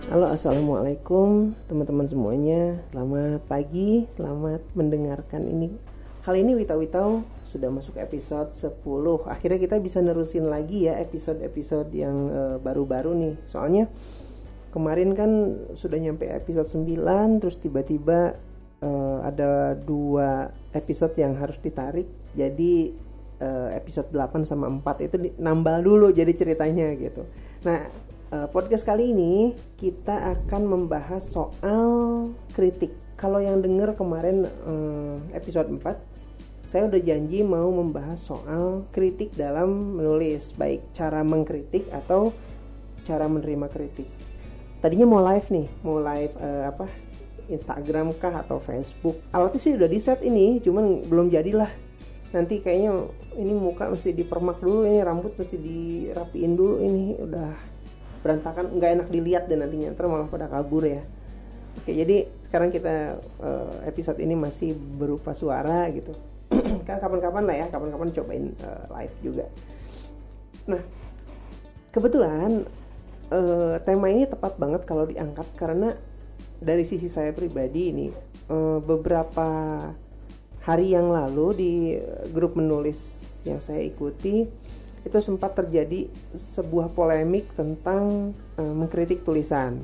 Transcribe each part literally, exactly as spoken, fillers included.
Halo, assalamualaikum teman-teman semuanya. Selamat pagi, selamat mendengarkan ini. Kali ini Wita Witau sudah masuk episode sepuluh. Akhirnya kita bisa nerusin lagi ya episode-episode yang uh, baru-baru nih. Soalnya kemarin kan sudah nyampe episode sembilan, terus tiba-tiba uh, ada dua episode yang harus ditarik. Jadi uh, episode delapan sama empat itu di- nambal dulu jadi ceritanya gitu. Nah, Uh, podcast kali ini kita akan membahas soal kritik. Kalau yang dengar kemarin uh, episode empat, saya udah janji mau membahas soal kritik dalam menulis, baik cara mengkritik atau cara menerima kritik. Tadinya mau live nih, mau live uh, apa Instagram kah atau Facebook. Alatnya sih udah di set ini, cuman belum jadilah. Nanti kayaknya ini muka mesti dipermak dulu, ini rambut mesti dirapiin dulu, ini udah berantakan, nggak enak dilihat dan nantinya ntar malah pada kabur ya. Oke, jadi sekarang kita uh, episode ini masih berupa suara gitu. Kan kapan-kapan lah ya, kapan-kapan cobain uh, live juga. Nah, kebetulan uh, tema ini tepat banget kalau diangkat karena dari sisi saya pribadi ini uh, beberapa hari yang lalu di grup menulis yang saya ikuti itu sempat terjadi sebuah polemik tentang e, mengkritik tulisan.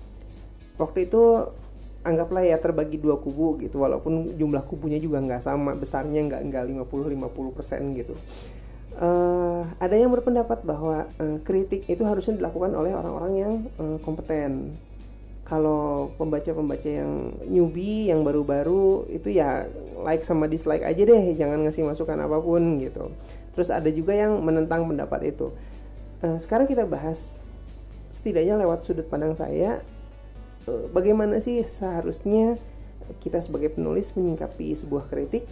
Waktu itu anggaplah ya terbagi dua kubu gitu, walaupun jumlah kubunya juga nggak sama besarnya, nggak nggak lima puluh lima puluh persen gitu. E, ada yang berpendapat bahwa e, kritik itu harusnya dilakukan oleh orang-orang yang e, kompeten. Kalau pembaca-pembaca yang newbie, yang baru-baru itu ya like sama dislike aja deh, jangan ngasih masukan apapun gitu. Terus ada juga yang menentang pendapat itu. Nah, sekarang kita bahas setidaknya lewat sudut pandang saya, bagaimana sih seharusnya kita sebagai penulis menyikapi sebuah kritik.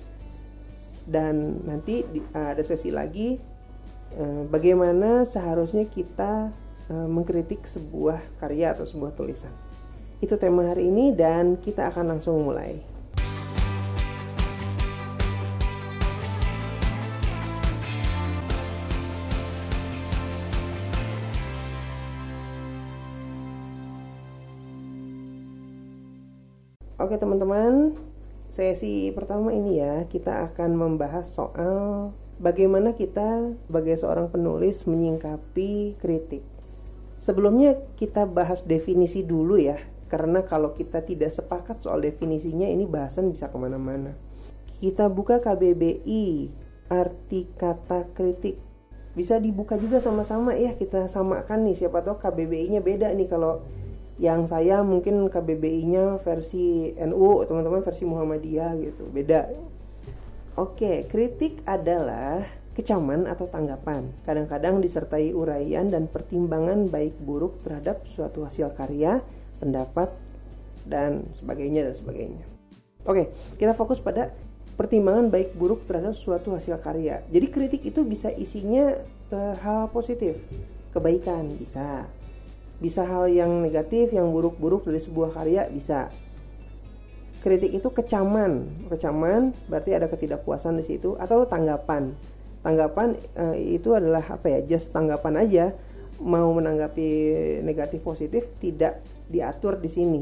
Dan nanti ada sesi lagi, bagaimana seharusnya kita mengkritik sebuah karya atau sebuah tulisan. Itu tema hari ini dan kita akan langsung mulai. Oke teman-teman, sesi pertama ini ya kita akan membahas soal bagaimana kita sebagai seorang penulis menyingkapi kritik. Sebelumnya kita bahas definisi dulu ya, karena kalau kita tidak sepakat soal definisinya ini bahasan bisa kemana-mana. Kita buka K B B I, arti kata kritik. Bisa dibuka juga sama-sama ya, kita samakan nih, siapa tahu K B B I-nya beda nih. Kalau yang saya mungkin K B B I-nya versi N U, teman-teman versi Muhammadiyah gitu, beda. Oke, kritik adalah kecaman atau tanggapan. Kadang-kadang disertai uraian dan pertimbangan baik buruk terhadap suatu hasil karya, pendapat, dan sebagainya dan sebagainya. Oke, kita fokus pada pertimbangan baik buruk terhadap suatu hasil karya. Jadi kritik itu bisa isinya eh, hal positif, kebaikan bisa. Bisa hal yang negatif, yang buruk-buruk dari sebuah karya bisa. Kritik itu kecaman, kecaman berarti ada ketidakpuasan di situ, atau tanggapan. Tanggapan e, itu adalah apa ya? Just tanggapan aja, mau menanggapi negatif positif tidak diatur di sini.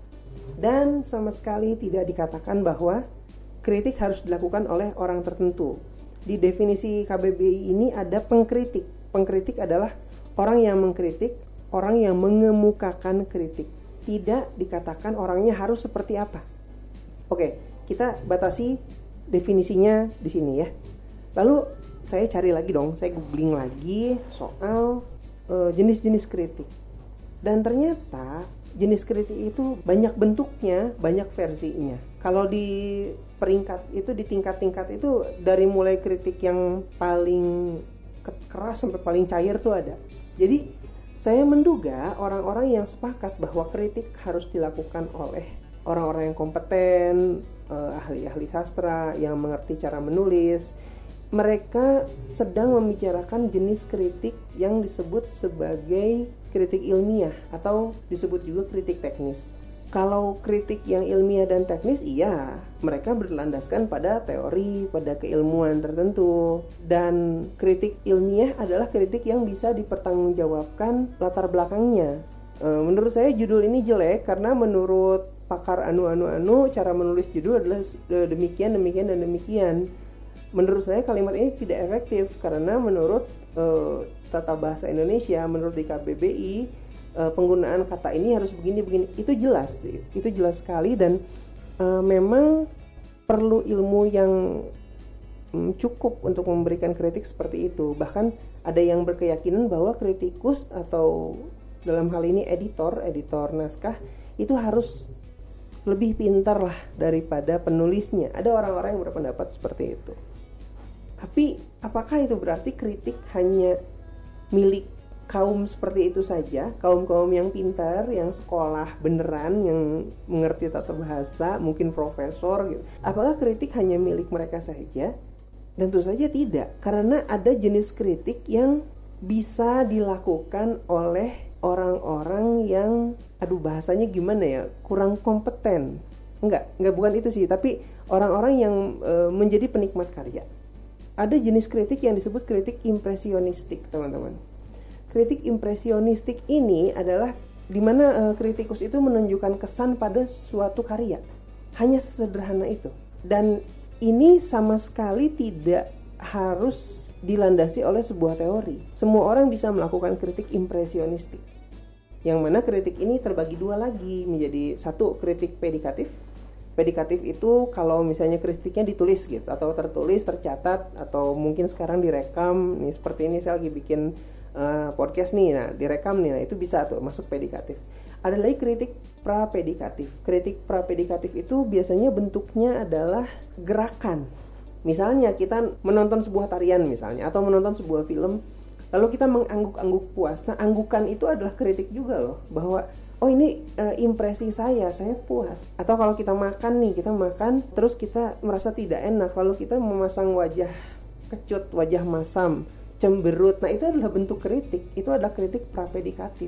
Dan sama sekali tidak dikatakan bahwa kritik harus dilakukan oleh orang tertentu. Di definisi K B B I ini ada pengkritik. Pengkritik adalah orang yang mengkritik, orang yang mengemukakan kritik. Tidak dikatakan orangnya harus seperti apa. Oke, kita batasi definisinya di sini ya. Lalu saya cari lagi dong, saya googling lagi soal e, jenis-jenis kritik. Dan ternyata jenis kritik itu banyak bentuknya, banyak versinya. Kalau di peringkat itu, di tingkat-tingkat itu, dari mulai kritik yang paling keras sampai paling cair tuh ada. Jadi saya menduga orang-orang yang sepakat bahwa kritik harus dilakukan oleh orang-orang yang kompeten, eh, ahli-ahli sastra yang mengerti cara menulis, mereka sedang membicarakan jenis kritik yang disebut sebagai kritik ilmiah atau disebut juga kritik teknis. Kalau kritik yang ilmiah dan teknis, iya, mereka berlandaskan pada teori, pada keilmuan tertentu. Dan kritik ilmiah adalah kritik yang bisa dipertanggungjawabkan latar belakangnya. Uh, menurut saya judul ini jelek karena menurut pakar anu anu anu cara menulis judul adalah demikian demikian dan demikian. Menurut saya kalimat ini tidak efektif karena menurut uh, tata bahasa Indonesia, menurut D K B B I, uh, penggunaan kata ini harus begini begini. Itu jelas, itu jelas sekali dan uh, memang perlu ilmu yang um, cukup untuk memberikan kritik seperti itu. Bahkan ada yang berkeyakinan bahwa kritikus atau dalam hal ini editor, editor naskah itu harus lebih pintar lah daripada penulisnya. Ada orang-orang yang berpendapat seperti itu. Tapi apakah itu berarti kritik hanya milik kaum seperti itu saja? Kaum-kaum yang pintar, yang sekolah beneran, yang mengerti tata bahasa, mungkin profesor gitu. Apakah kritik hanya milik mereka saja? Tentu saja tidak. Karena ada jenis kritik yang bisa dilakukan oleh orang-orang yang, aduh bahasanya gimana ya, kurang kompeten. Enggak, enggak bukan itu sih, tapi orang-orang yang e, menjadi penikmat karya. Ada jenis kritik yang disebut kritik impresionistik, teman-teman. Kritik impresionistik ini adalah di mana e, kritikus itu menunjukkan kesan pada suatu karya. Hanya sesederhana itu. Dan ini sama sekali tidak harus dilandasi oleh sebuah teori. Semua orang bisa melakukan kritik impresionistik. Yang mana kritik ini terbagi dua lagi, menjadi satu kritik predikatif. Predikatif itu kalau misalnya kritiknya ditulis gitu, atau tertulis, tercatat, atau mungkin sekarang direkam. Nih seperti ini saya lagi bikin uh, podcast nih, nah direkam nih, nah itu bisa tuh masuk predikatif. Ada lagi kritik prapredikatif. Kritik prapredikatif itu biasanya bentuknya adalah gerakan. Misalnya kita menonton sebuah tarian misalnya, atau menonton sebuah film, lalu kita mengangguk-angguk puas. Nah, anggukan itu adalah kritik juga loh, bahwa oh ini e, impresi saya, saya puas. Atau kalau kita makan nih, kita makan terus kita merasa tidak enak, lalu kita memasang wajah kecut, wajah masam, cemberut. Nah, itu adalah bentuk kritik. Itu adalah kritik prapredikatif.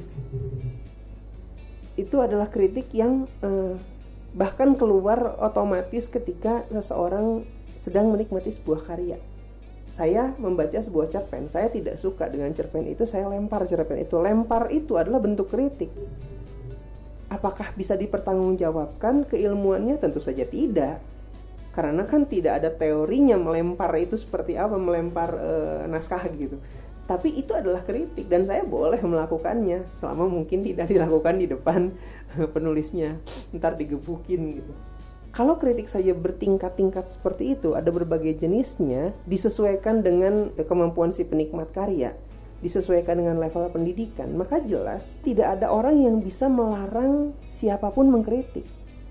Itu adalah kritik yang e, bahkan keluar otomatis ketika seseorang sedang menikmati sebuah karya. Saya membaca sebuah cerpen, saya tidak suka dengan cerpen itu, saya lempar cerpen itu. Lempar itu adalah bentuk kritik. Apakah bisa dipertanggungjawabkan keilmuannya? Tentu saja tidak. Karena kan tidak ada teorinya melempar itu seperti apa, melempar e, naskah gitu. Tapi itu adalah kritik dan saya boleh melakukannya selama mungkin tidak dilakukan di depan penulisnya, ntar digebukin gitu. Kalau kritik saya bertingkat-tingkat seperti itu, ada berbagai jenisnya, disesuaikan dengan kemampuan si penikmat karya, disesuaikan dengan level pendidikan, maka jelas tidak ada orang yang bisa melarang siapapun mengkritik.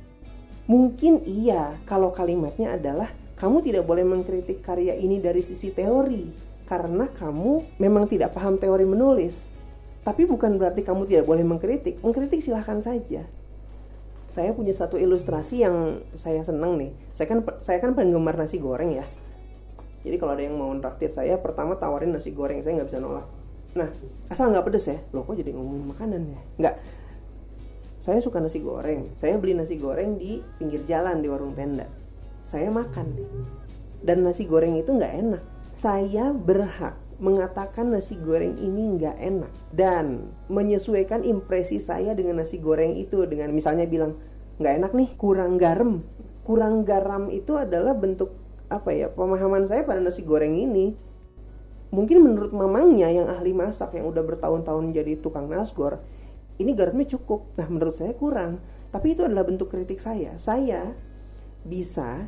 Mungkin iya kalau kalimatnya adalah kamu tidak boleh mengkritik karya ini dari sisi teori, karena kamu memang tidak paham teori menulis. Tapi bukan berarti kamu tidak boleh mengkritik. Mengkritik silahkan saja. Saya punya satu ilustrasi yang saya senang nih. Saya kan saya kan penggemar nasi goreng ya. Jadi kalau ada yang mau traktir saya, pertama tawarin nasi goreng, saya nggak bisa nolak. Nah, asal nggak pedes ya. Loh kok jadi ngomongin makanan ya? Nggak. Saya suka nasi goreng. Saya beli nasi goreng di pinggir jalan di warung tenda. Saya makan. Dan nasi goreng itu nggak enak. Saya berhak mengatakan nasi goreng ini nggak enak dan menyesuaikan impresi saya dengan nasi goreng itu, dengan misalnya bilang nggak enak nih, kurang garam. Kurang garam itu adalah bentuk apa ya, pemahaman saya pada nasi goreng ini. Mungkin menurut mamangnya yang ahli masak, yang udah bertahun-tahun jadi tukang nasgor, ini garamnya cukup. Nah, menurut saya kurang. Tapi itu adalah bentuk kritik saya. Saya bisa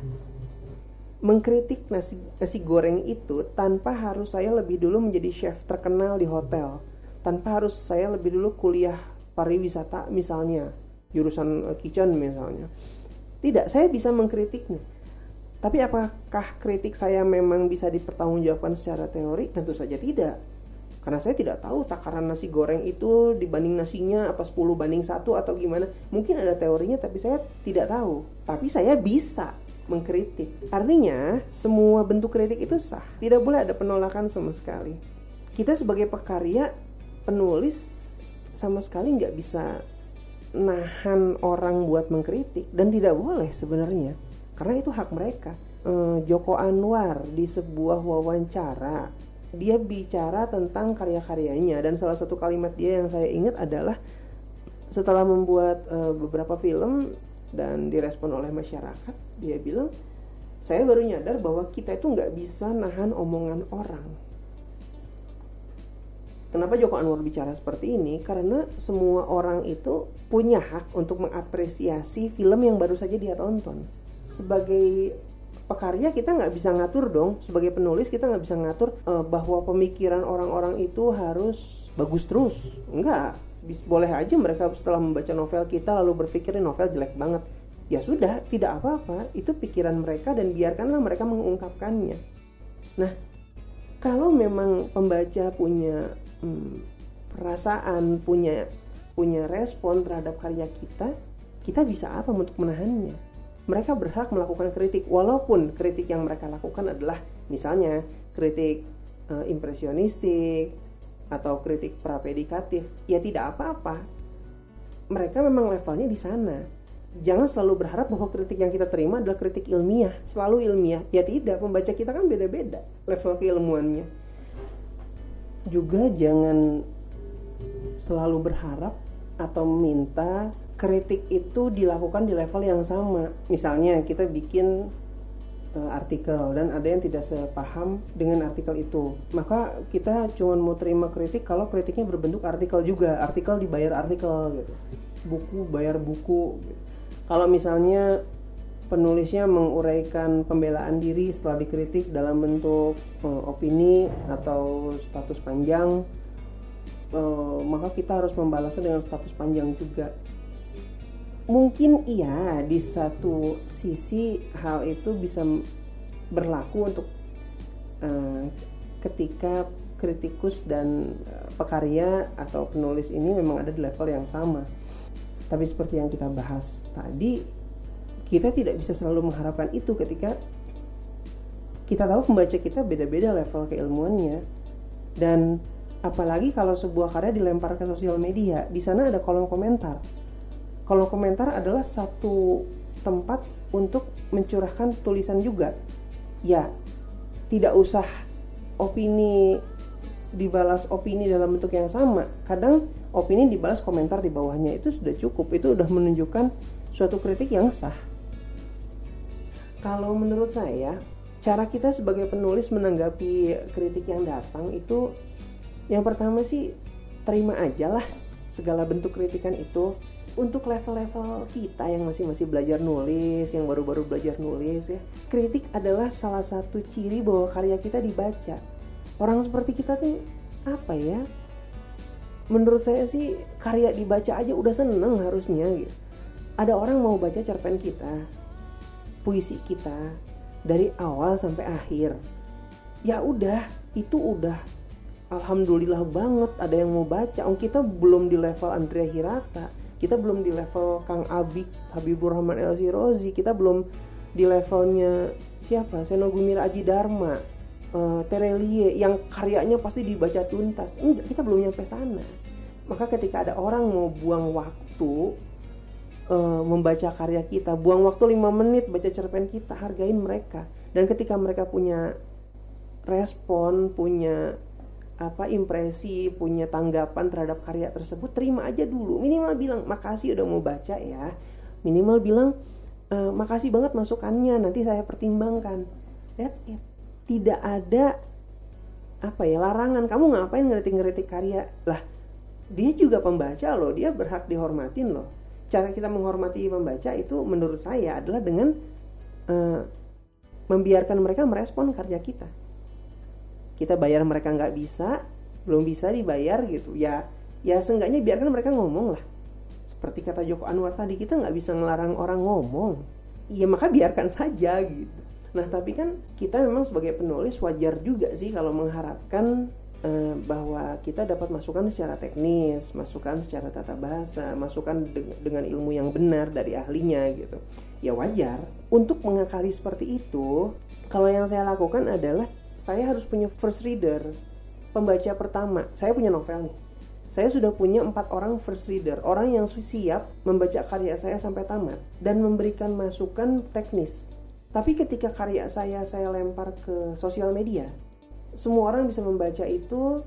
mengkritik nasi, nasi goreng itu tanpa harus saya lebih dulu menjadi chef terkenal di hotel, tanpa harus saya lebih dulu kuliah pariwisata misalnya, jurusan kitchen misalnya. Tidak, saya bisa mengkritiknya. Tapi apakah kritik saya memang bisa dipertanggungjawabkan secara teori? Tentu saja tidak. Karena saya tidak tahu takaran nasi goreng itu dibanding nasinya apa sepuluh banding satu atau gimana. Mungkin ada teorinya tapi saya tidak tahu. Tapi saya bisa mengkritik. Artinya semua bentuk kritik itu sah. Tidak boleh ada penolakan sama sekali. Kita sebagai pekarya, penulis sama sekali nggak bisa nahan orang buat mengkritik, dan tidak boleh sebenarnya, karena itu hak mereka. eh, Joko Anwar di sebuah wawancara, dia bicara tentang karya-karyanya, dan salah satu kalimat dia yang saya ingat adalah setelah membuat uh, beberapa film dan direspon oleh masyarakat, dia bilang, saya baru nyadar bahwa kita itu nggak bisa nahan omongan orang. Kenapa Joko Anwar bicara seperti ini? Karena semua orang itu punya hak untuk mengapresiasi film yang baru saja dia tonton. Sebagai pekarya kita nggak bisa ngatur dong. Sebagai penulis kita nggak bisa ngatur uh, bahwa pemikiran orang-orang itu harus bagus terus. Enggak. Boleh aja mereka setelah membaca novel kita lalu berpikir novel jelek banget. Ya sudah, tidak apa-apa. Itu pikiran mereka dan biarkanlah mereka mengungkapkannya. Nah, kalau memang pembaca punya Hmm, perasaan, punya punya respon terhadap karya kita, kita bisa apa untuk menahannya? Mereka berhak melakukan kritik, walaupun kritik yang mereka lakukan adalah misalnya kritik uh, impresionistik atau kritik prapedikatif. Ya tidak apa-apa. Mereka memang levelnya di sana. Jangan selalu berharap bahwa kritik yang kita terima adalah kritik ilmiah, selalu ilmiah. Ya tidak, pembaca kita kan beda-beda level keilmuannya. Juga jangan selalu berharap atau meminta kritik itu dilakukan di level yang sama. Misalnya kita bikin uh, artikel dan ada yang tidak sepaham dengan artikel itu, maka kita cuma mau terima kritik kalau kritiknya berbentuk artikel juga, artikel dibayar artikel gitu, buku bayar buku gitu. Kalau misalnya penulisnya menguraikan pembelaan diri setelah dikritik dalam bentuk uh, opini atau status panjang, uh, maka kita harus membalasnya dengan status panjang juga. Mungkin iya, di satu sisi hal itu bisa berlaku untuk uh, ketika kritikus dan uh, pekarya atau penulis ini memang ada di level yang sama. Tapi seperti yang kita bahas tadi, kita tidak bisa selalu mengharapkan itu ketika kita tahu pembaca kita beda-beda level keilmuannya. Dan apalagi kalau sebuah karya dilempar ke sosial media, di sana ada kolom komentar. Kolom komentar adalah satu tempat untuk mencurahkan tulisan juga. Ya, tidak usah opini dibalas opini dalam bentuk yang sama. Kadang opini dibalas komentar di bawahnya, itu sudah cukup. Itu sudah menunjukkan suatu kritik yang sah. Kalau menurut saya, cara kita sebagai penulis menanggapi kritik yang datang itu, yang pertama sih terima aja lah segala bentuk kritikan itu. Untuk level-level kita yang masih-masih belajar nulis, yang baru-baru belajar nulis ya, kritik adalah salah satu ciri bahwa karya kita dibaca. Orang seperti kita tuh apa ya? Menurut saya sih karya dibaca aja udah seneng harusnya gitu. Ada orang mau baca cerpen kita, puisi kita dari awal sampai akhir. Ya udah, itu udah alhamdulillah banget ada yang mau baca. Om kita belum di level Andrea Hirata, kita belum di level Kang Abik, Habibur Rahman El-Shirozi, kita belum di levelnya siapa? Seno Gumira Aji Dharma, uh, Terelie yang karyanya pasti dibaca tuntas. Enggak, kita belum nyampe sana. Maka ketika ada orang mau buang waktu Uh, membaca karya kita, buang waktu lima menit baca cerpen kita, hargain mereka. Dan ketika mereka punya respon, punya apa impresi, punya tanggapan terhadap karya tersebut, terima aja dulu. Minimal bilang makasih udah mau baca ya. Minimal bilang e, makasih banget masukannya, nanti saya pertimbangkan. That's it. Tidak ada apa ya larangan. Kamu ngapain ngeritik-ngeritik karya? Lah, dia juga pembaca loh, dia berhak dihormatin loh. Cara kita menghormati pembaca itu menurut saya adalah dengan uh, membiarkan mereka merespon karya kita. Kita bayar mereka nggak bisa, belum bisa dibayar gitu. Ya, ya seenggaknya biarkan mereka ngomong lah. Seperti kata Joko Anwar tadi, kita nggak bisa ngelarang orang ngomong. Ya maka biarkan saja gitu. Nah tapi kan kita memang sebagai penulis wajar juga sih kalau mengharapkan bahwa kita dapat masukan secara teknis, masukan secara tata bahasa, masukan de- dengan ilmu yang benar dari ahlinya gitu. Ya wajar. Untuk mengakali seperti itu, kalau yang saya lakukan adalah saya harus punya first reader, pembaca pertama. Saya punya novel nih. Saya sudah punya empat orang first reader, orang yang siap membaca karya saya sampai tamat dan memberikan masukan teknis. Tapi ketika karya saya saya lempar ke sosial media, semua orang bisa membaca itu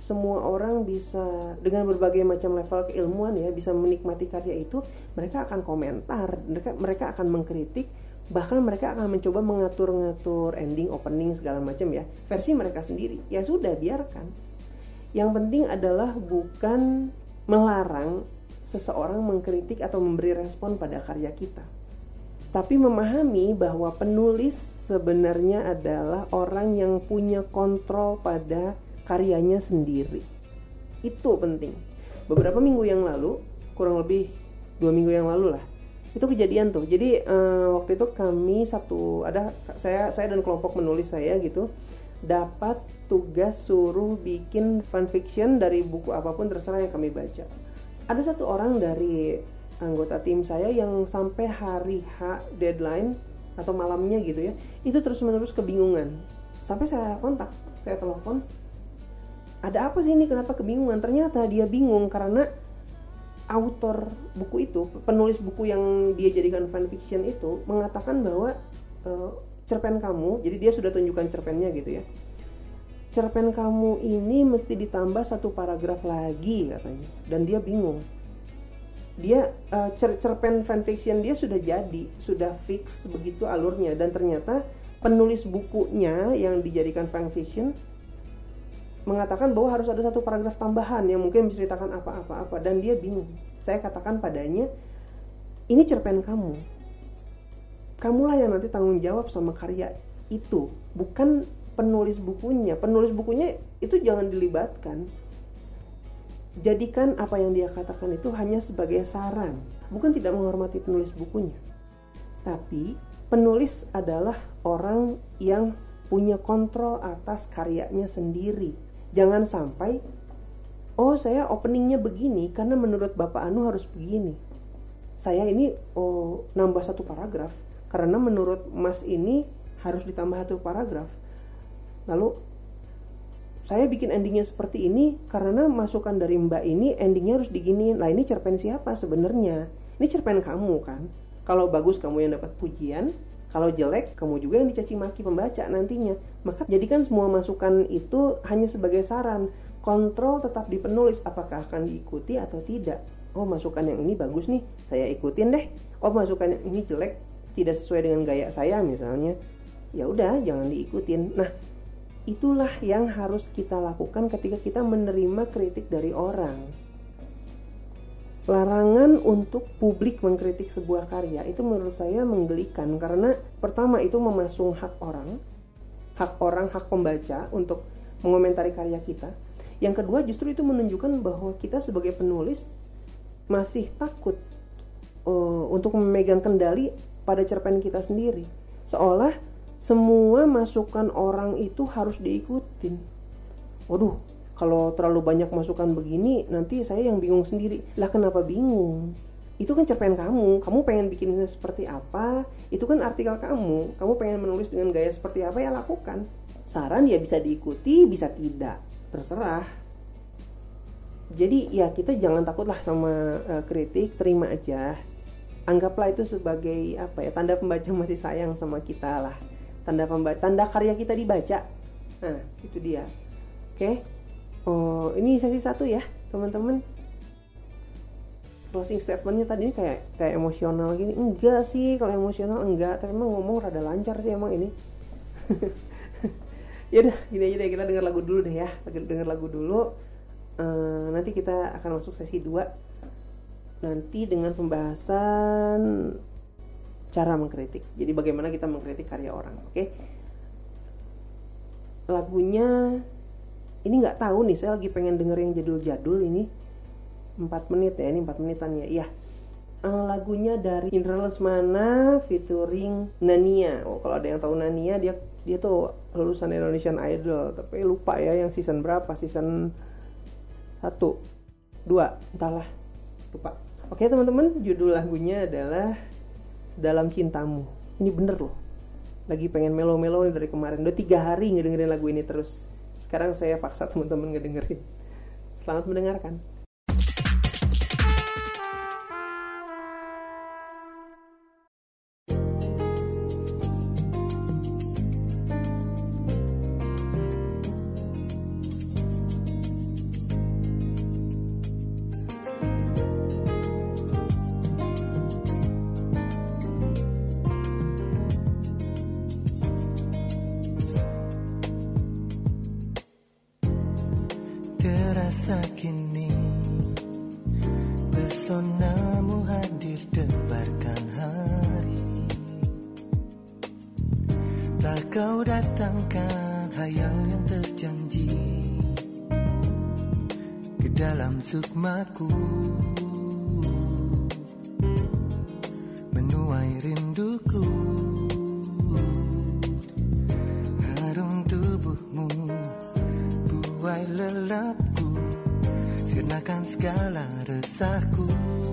semua orang bisa dengan berbagai macam level keilmuan ya bisa menikmati karya itu, mereka akan komentar, mereka mereka akan mengkritik, bahkan mereka akan mencoba mengatur-ngatur ending, opening segala macam ya, versi mereka sendiri. Ya sudah, biarkan. Yang penting adalah bukan melarang seseorang mengkritik atau memberi respon pada karya kita, tapi memahami bahwa penulis sebenarnya adalah orang yang punya kontrol pada karyanya sendiri. Itu penting. Beberapa minggu yang lalu, kurang lebih dua minggu yang lalu lah, itu kejadian tuh. Jadi uh, waktu itu kami satu ada saya saya dan kelompok menulis saya gitu dapat tugas suruh bikin fanfiction dari buku apapun terserah yang kami baca. Ada satu orang dari anggota tim saya yang sampai hari H deadline atau malamnya gitu ya, itu terus-menerus kebingungan. Sampai saya kontak, saya telepon, ada apa sih ini, kenapa kebingungan? Ternyata dia bingung karena autor buku itu, penulis buku yang dia jadikan fanfiction itu mengatakan bahwa uh, cerpen kamu, jadi dia sudah tunjukkan cerpennya gitu ya, cerpen kamu ini mesti ditambah satu paragraf lagi katanya. Dan dia bingung. Dia uh, cer- cerpen fanfiction dia sudah jadi, sudah fix begitu alurnya, dan ternyata penulis bukunya yang dijadikan fanfiction mengatakan bahwa harus ada satu paragraf tambahan yang mungkin menceritakan apa-apa-apa, dan dia bingung. Saya katakan padanya, ini cerpen kamu, kamulah yang nanti tanggung jawab sama karya itu, bukan penulis bukunya. Penulis bukunya itu jangan dilibatkan. Jadikan apa yang dia katakan itu hanya sebagai saran, bukan tidak menghormati penulis bukunya. Tapi penulis adalah orang yang punya kontrol atas karyanya sendiri. Jangan sampai, oh saya openingnya begini karena menurut Bapak Anu harus begini. Saya ini oh nambah satu paragraf karena menurut Mas ini harus ditambah satu paragraf. Lalu saya bikin endingnya seperti ini karena masukan dari Mbak ini endingnya harus diginiin. Lah ini cerpen siapa sebenarnya? Ini cerpen kamu kan? Kalau bagus kamu yang dapat pujian, kalau jelek kamu juga yang dicaci maki pembaca nantinya. Maka jadikan semua masukan itu hanya sebagai saran. Kontrol tetap di penulis, apakah akan diikuti atau tidak. Oh masukan yang ini bagus nih, saya ikutin deh. Oh masukan yang ini jelek, tidak sesuai dengan gaya saya misalnya, ya udah jangan diikutin. Nah itulah yang harus kita lakukan ketika kita menerima kritik dari orang. Larangan untuk publik mengkritik sebuah karya itu menurut saya menggelikan, karena pertama itu memasung hak orang, hak orang, hak pembaca untuk mengomentari karya kita. Yang kedua justru itu menunjukkan bahwa kita sebagai penulis masih takut uh, untuk memegang kendali pada cerpen kita sendiri, seolah semua masukan orang itu harus diikutin. Waduh, kalau terlalu banyak masukan begini, nanti saya yang bingung sendiri. Lah kenapa bingung? Itu kan cerpen kamu, kamu pengen bikinnya seperti apa? Itu kan artikel kamu, kamu pengen menulis dengan gaya seperti apa, ya lakukan. Saran ya bisa diikuti, bisa tidak, terserah. Jadi ya kita jangan takutlah sama uh, kritik, terima aja. Anggaplah itu sebagai apa ya, tanda pembaca masih sayang sama kita lah. Tanda pembaca, tanda karya kita dibaca. Nah, itu dia. Oke. Oh, ini sesi satu ya, teman-teman. Closing statementnya tadi ini kayak kayak emosional gini. Enggak sih, kalau emosional enggak, tapi emang ngomong rada lancar sih emang ini. Ya udah, gini aja deh, kita dengar lagu dulu deh ya. Dengar lagu dulu. Uh, nanti kita akan masuk sesi dua. Nanti dengan pembahasan cara mengkritik. Jadi bagaimana kita mengkritik karya orang, oke? Okay? Lagunya ini nggak tahu nih, saya lagi pengen denger yang jadul-jadul ini. empat menit ya, ini empat menitan ya. Iya. Uh, lagunya dari Indra Lesmana featuring Nania. Oh, kalau ada yang tahu Nania, dia dia tuh lulusan Indonesian Idol, tapi lupa ya yang season berapa, season satu, dua, entahlah, lupa. Oke teman-teman, judul lagunya adalah Dalam Cintamu. Ini bener loh, lagi pengen melo-melo nih dari kemarin. Udah tiga hari ngedengerin lagu ini terus. Sekarang saya paksa teman-teman ngedengerin. Selamat mendengarkan. masa kini, pesonamu hadir tebarkan hari. Tak kau datangkan hayal yang terjanji ke dalam sukmaku, menuai rinduku. Harum tubuhmu buai lelapku, sirnakan segala resahku.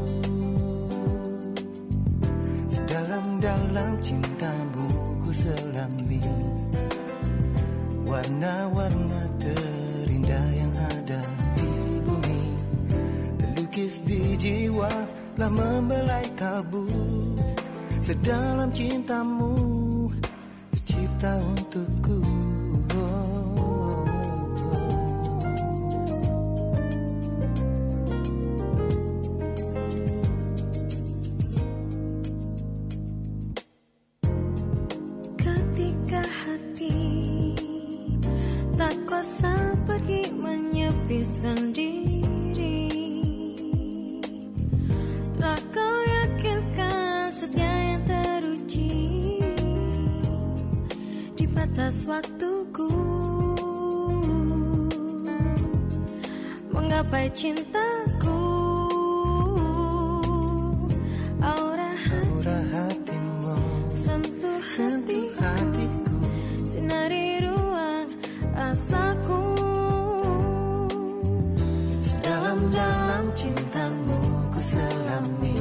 Sedalam-dalam cintamu ku selami warna-warna terindah yang ada di bumi. Terlukis di jiwa telah membelai kalbu. Sedalam cintamu tercipta untukku. Ketika hati tak kuasa pergi menyepi sendiri, telah kau yakinkan setia yang teruji di batas waktuku, menggapai cintaku. Aura Aura hatimu sentuh sentuh hatiku, sinari ruang asaku. Sedalam-dalam cintamu ku selami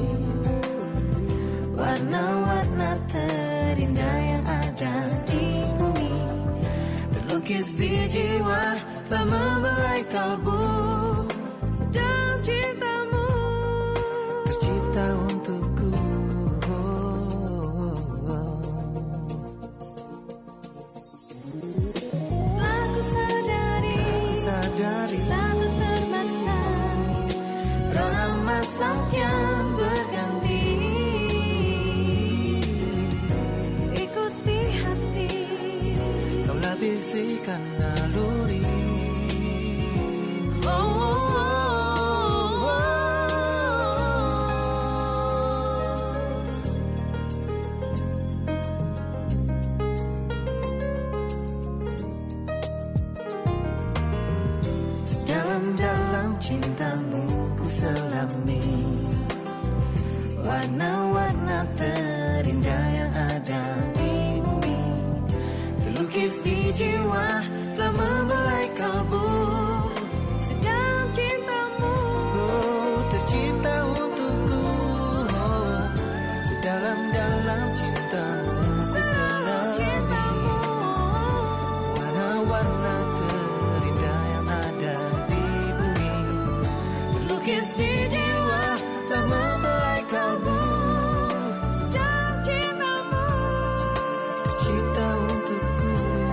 warna-warna terindah yang ada di bumi. Terlukis di jiwa telah membelai kalbu. Dalam cintamu Tercipta untukku. telah ku sadari, Sadari tak terbatas rona masa yang berganti. ikuti hati. Kaulah bisikan naluri. Oh, oh, oh, oh. Dalam-dalam cintamu ku selami warna-warna terindah yang ada di bumi. Terlukis di jiwa telah membelai kalbu. Sedalam cintamu Oh, tercipta untukku. Oh, sedalam-dalam cintamu ku Sedalam cintamu selami warna-warna terindah yang ada di bumi. Terlukis di jiwa telah membelai kalbu. Sedalam cintamu Tercipta untukku.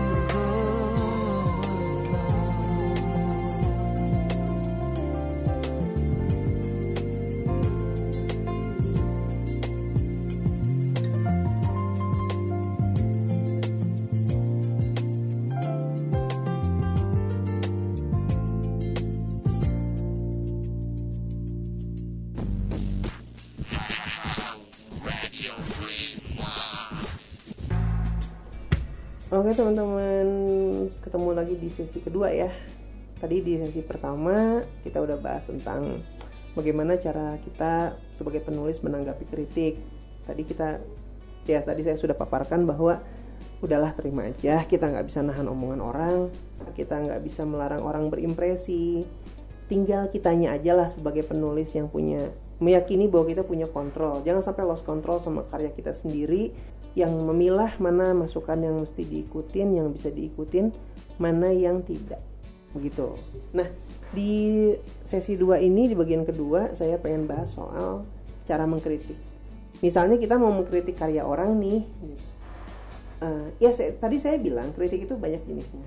Oke teman-teman, ketemu lagi di sesi kedua ya. Tadi di sesi pertama kita udah bahas tentang bagaimana cara kita sebagai penulis menanggapi kritik. Tadi kita, ya tadi saya sudah paparkan bahwa udahlah terima aja, kita nggak bisa nahan omongan orang, kita nggak bisa melarang orang berimpresi. Tinggal kitanya aja lah sebagai penulis yang punya, meyakini bahwa kita punya kontrol. Jangan sampai lost control sama karya kita sendiri, yang memilah mana masukan yang mesti diikutin, yang bisa diikutin, mana yang tidak. Begitu. Nah, di sesi dua ini, di bagian kedua, saya pengen bahas soal cara mengkritik. Misalnya kita mau mengkritik karya orang nih. Uh, ya saya, tadi saya bilang kritik itu banyak jenisnya.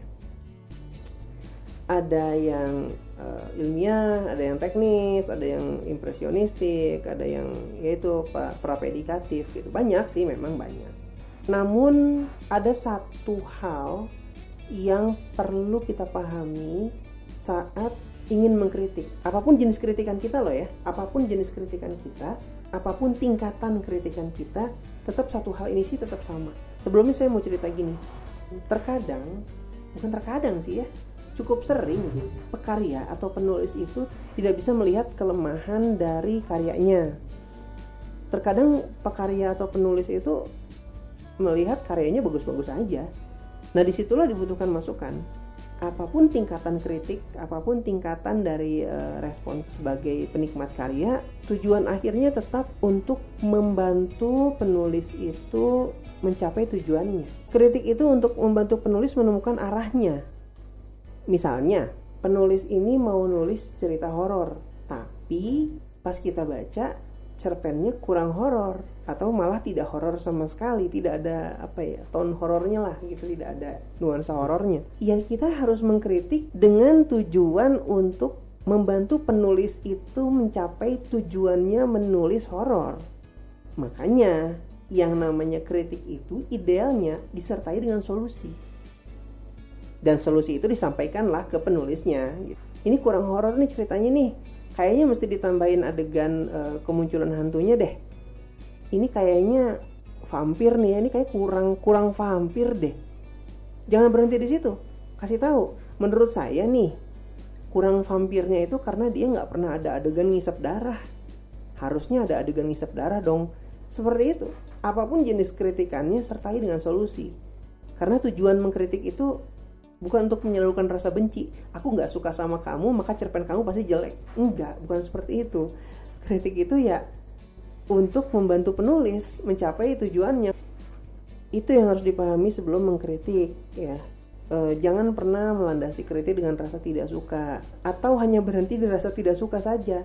Ada yang uh, ilmiah, ada yang teknis, ada yang impresionistik, ada yang yaitu prapedikatif gitu. Banyak sih, memang banyak. Namun ada satu hal yang perlu kita pahami saat ingin mengkritik, apapun jenis kritikan kita loh ya, apapun jenis kritikan kita, apapun tingkatan kritikan kita, tetap satu hal ini sih tetap sama. Sebelumnya saya mau cerita gini, terkadang, bukan terkadang sih ya, cukup sering sih, pekarya atau penulis itu tidak bisa melihat kelemahan dari karyanya. Terkadang pekarya atau penulis itu melihat karyanya bagus-bagus aja. Nah disitulah dibutuhkan masukan. Apapun tingkatan kritik, apapun tingkatan dari e, respon sebagai penikmat karya, tujuan akhirnya tetap untuk membantu penulis itu mencapai tujuannya. Kritik itu untuk membantu penulis menemukan arahnya. Misalnya, penulis ini mau nulis cerita horor, tapi pas kita baca cerpennya kurang horor atau malah tidak horor sama sekali, tidak ada apa ya, tone horornya lah gitu, tidak ada nuansa horornya. Ya kita harus mengkritik dengan tujuan untuk membantu penulis itu mencapai tujuannya menulis horor. Makanya yang namanya kritik itu idealnya disertai dengan solusi. Dan solusi itu disampaikanlah ke penulisnya. Ini kurang horor nih ceritanya nih. Kayaknya mesti ditambahin adegan e, kemunculan hantunya deh. Ini kayaknya vampir nih ya. Ini kayak kurang kurang vampir deh. Jangan berhenti di situ. Kasih tahu. Menurut saya nih kurang vampirnya itu karena dia nggak pernah ada adegan ngisap darah. Harusnya ada adegan ngisap darah dong. Seperti itu. Apapun jenis kritikannya sertai dengan solusi. Karena tujuan mengkritik itu bukan untuk menyalurkan rasa benci. Aku gak suka sama kamu, maka cerpen kamu pasti jelek. Enggak, bukan seperti itu. Kritik itu ya untuk membantu penulis mencapai tujuannya. Itu yang harus dipahami sebelum mengkritik ya. E, jangan pernah melandasi kritik dengan rasa tidak suka, atau hanya berhenti di rasa tidak suka saja.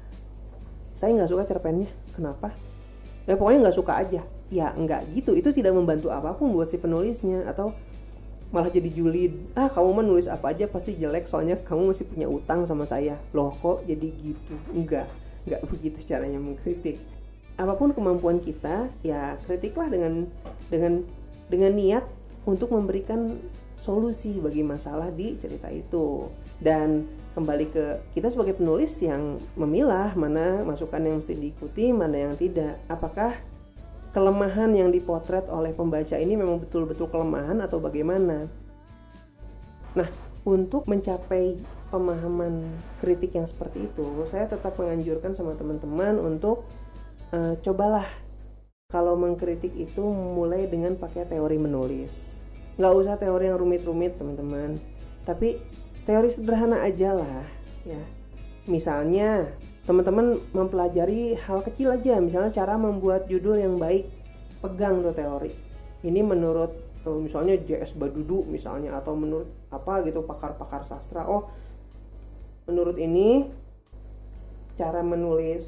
Saya gak suka cerpennya, kenapa? Ya pokoknya gak suka aja. Ya enggak gitu, itu tidak membantu apapun buat si penulisnya. Atau malah jadi julid, ah kamu mah nulis apa aja pasti jelek soalnya kamu masih punya utang sama saya. Loh kok jadi gitu? Enggak, enggak begitu caranya mengkritik. Apapun kemampuan kita, ya kritiklah dengan dengan dengan niat untuk memberikan solusi bagi masalah di cerita itu. Dan kembali ke kita sebagai penulis yang memilah mana masukan yang mesti diikuti, mana yang tidak. Apakah kelemahan yang dipotret oleh pembaca ini memang betul-betul kelemahan atau bagaimana? Nah, untuk mencapai pemahaman kritik yang seperti itu, saya tetap menganjurkan sama teman-teman untuk uh, cobalah kalau mengkritik itu mulai dengan pakai teori menulis. Nggak usah teori yang rumit-rumit teman-teman, tapi teori sederhana aja lah ya. Misalnya teman-teman mempelajari hal kecil aja, misalnya cara membuat judul yang baik, pegang tuh teori. Ini menurut misalnya J S Badudu misalnya, atau menurut apa gitu pakar-pakar sastra. Oh, menurut ini cara menulis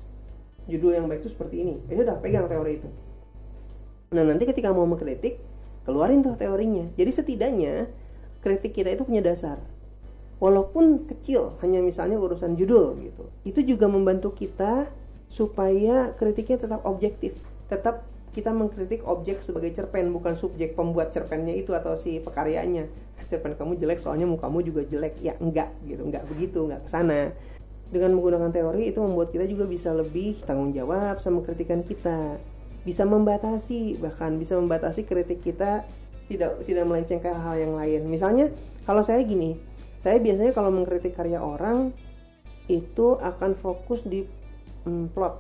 judul yang baik itu seperti ini. Ya sudah, pegang teori itu. Nah, nanti ketika mau mengkritik, keluarin tuh teorinya. Jadi setidaknya kritik kita itu punya dasar. Walaupun kecil, hanya misalnya urusan judul gitu. Itu juga membantu kita supaya kritiknya tetap objektif. Tetap kita mengkritik objek sebagai cerpen, bukan subjek pembuat cerpennya itu atau si pekaryanya. Cerpen kamu jelek soalnya mukamu juga jelek. Ya enggak gitu, enggak begitu, enggak kesana. Dengan menggunakan teori itu membuat kita juga bisa lebih tanggung jawab sama kritikan kita. Bisa membatasi, bahkan bisa membatasi kritik kita tidak tidak melenceng ke hal yang lain. Misalnya kalau saya gini, saya biasanya kalau mengkritik karya orang itu akan fokus di hmm, plot.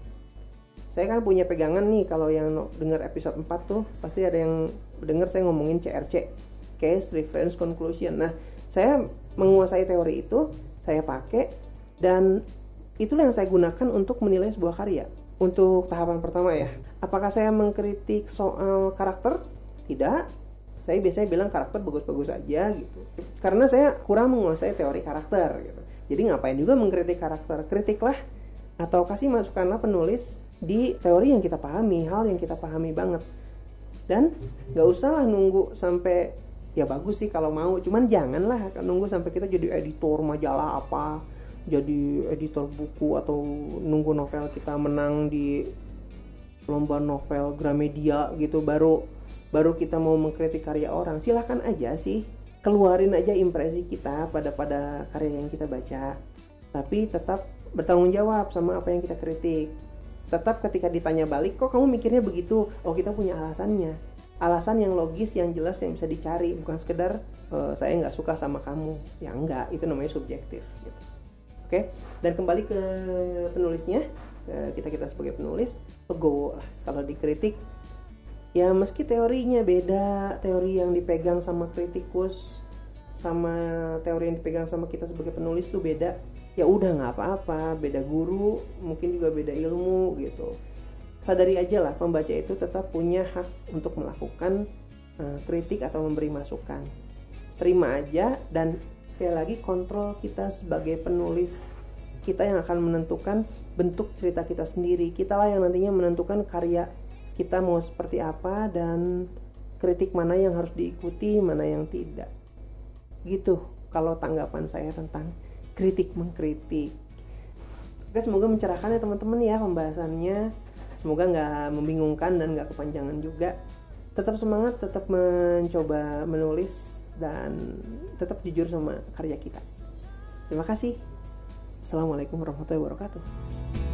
Saya kan punya pegangan nih, kalau yang dengar episode empat tuh pasti ada yang dengar saya ngomongin C R C, Case Reference Conclusion. Nah, saya menguasai teori itu, saya pakai, dan itulah yang saya gunakan untuk menilai sebuah karya. Untuk tahapan pertama ya, apakah saya mengkritik soal karakter? Tidak. Saya biasanya bilang karakter bagus-bagus aja gitu. Karena saya kurang menguasai teori karakter gitu. Jadi ngapain juga mengkritik karakter? Kritiklah atau kasih masukanlah penulis di teori yang kita pahami, hal yang kita pahami banget. Dan gak usah lah nunggu sampai, ya bagus sih kalau mau, cuman janganlah nunggu sampai kita jadi editor majalah apa, jadi editor buku, atau nunggu novel kita menang di lomba novel Gramedia gitu baru baru kita mau mengkritik karya orang. Silahkan aja sih, keluarin aja impresi kita pada pada karya yang kita baca, tapi tetap bertanggung jawab sama apa yang kita kritik. Tetap ketika ditanya balik, kok kamu mikirnya begitu? Oh, kita punya alasannya, alasan yang logis, yang jelas, yang bisa dicari, bukan sekedar e, saya nggak suka sama kamu. Ya enggak, itu namanya subjektif gitu. Oke, dan kembali ke penulisnya, ke kita kita sebagai penulis, legowo lah kalau dikritik. Ya meski teorinya beda, teori yang dipegang sama kritikus sama teori yang dipegang sama kita sebagai penulis tuh beda, ya udah nggak apa-apa, beda guru, mungkin juga beda ilmu gitu. Sadari aja lah, pembaca itu tetap punya hak untuk melakukan uh, kritik atau memberi masukan. Terima aja, dan sekali lagi kontrol kita sebagai penulis, kita yang akan menentukan bentuk cerita kita sendiri. Kita lah yang nantinya menentukan karya kita mau seperti apa dan kritik mana yang harus diikuti, mana yang tidak. Gitu kalau tanggapan saya tentang kritik mengkritik. Oke, semoga mencerahkan ya teman-teman ya pembahasannya. Semoga nggak membingungkan dan nggak kepanjangan juga. Tetap semangat, tetap mencoba menulis, dan tetap jujur sama karya kita. Terima kasih. Assalamualaikum warahmatullahi wabarakatuh.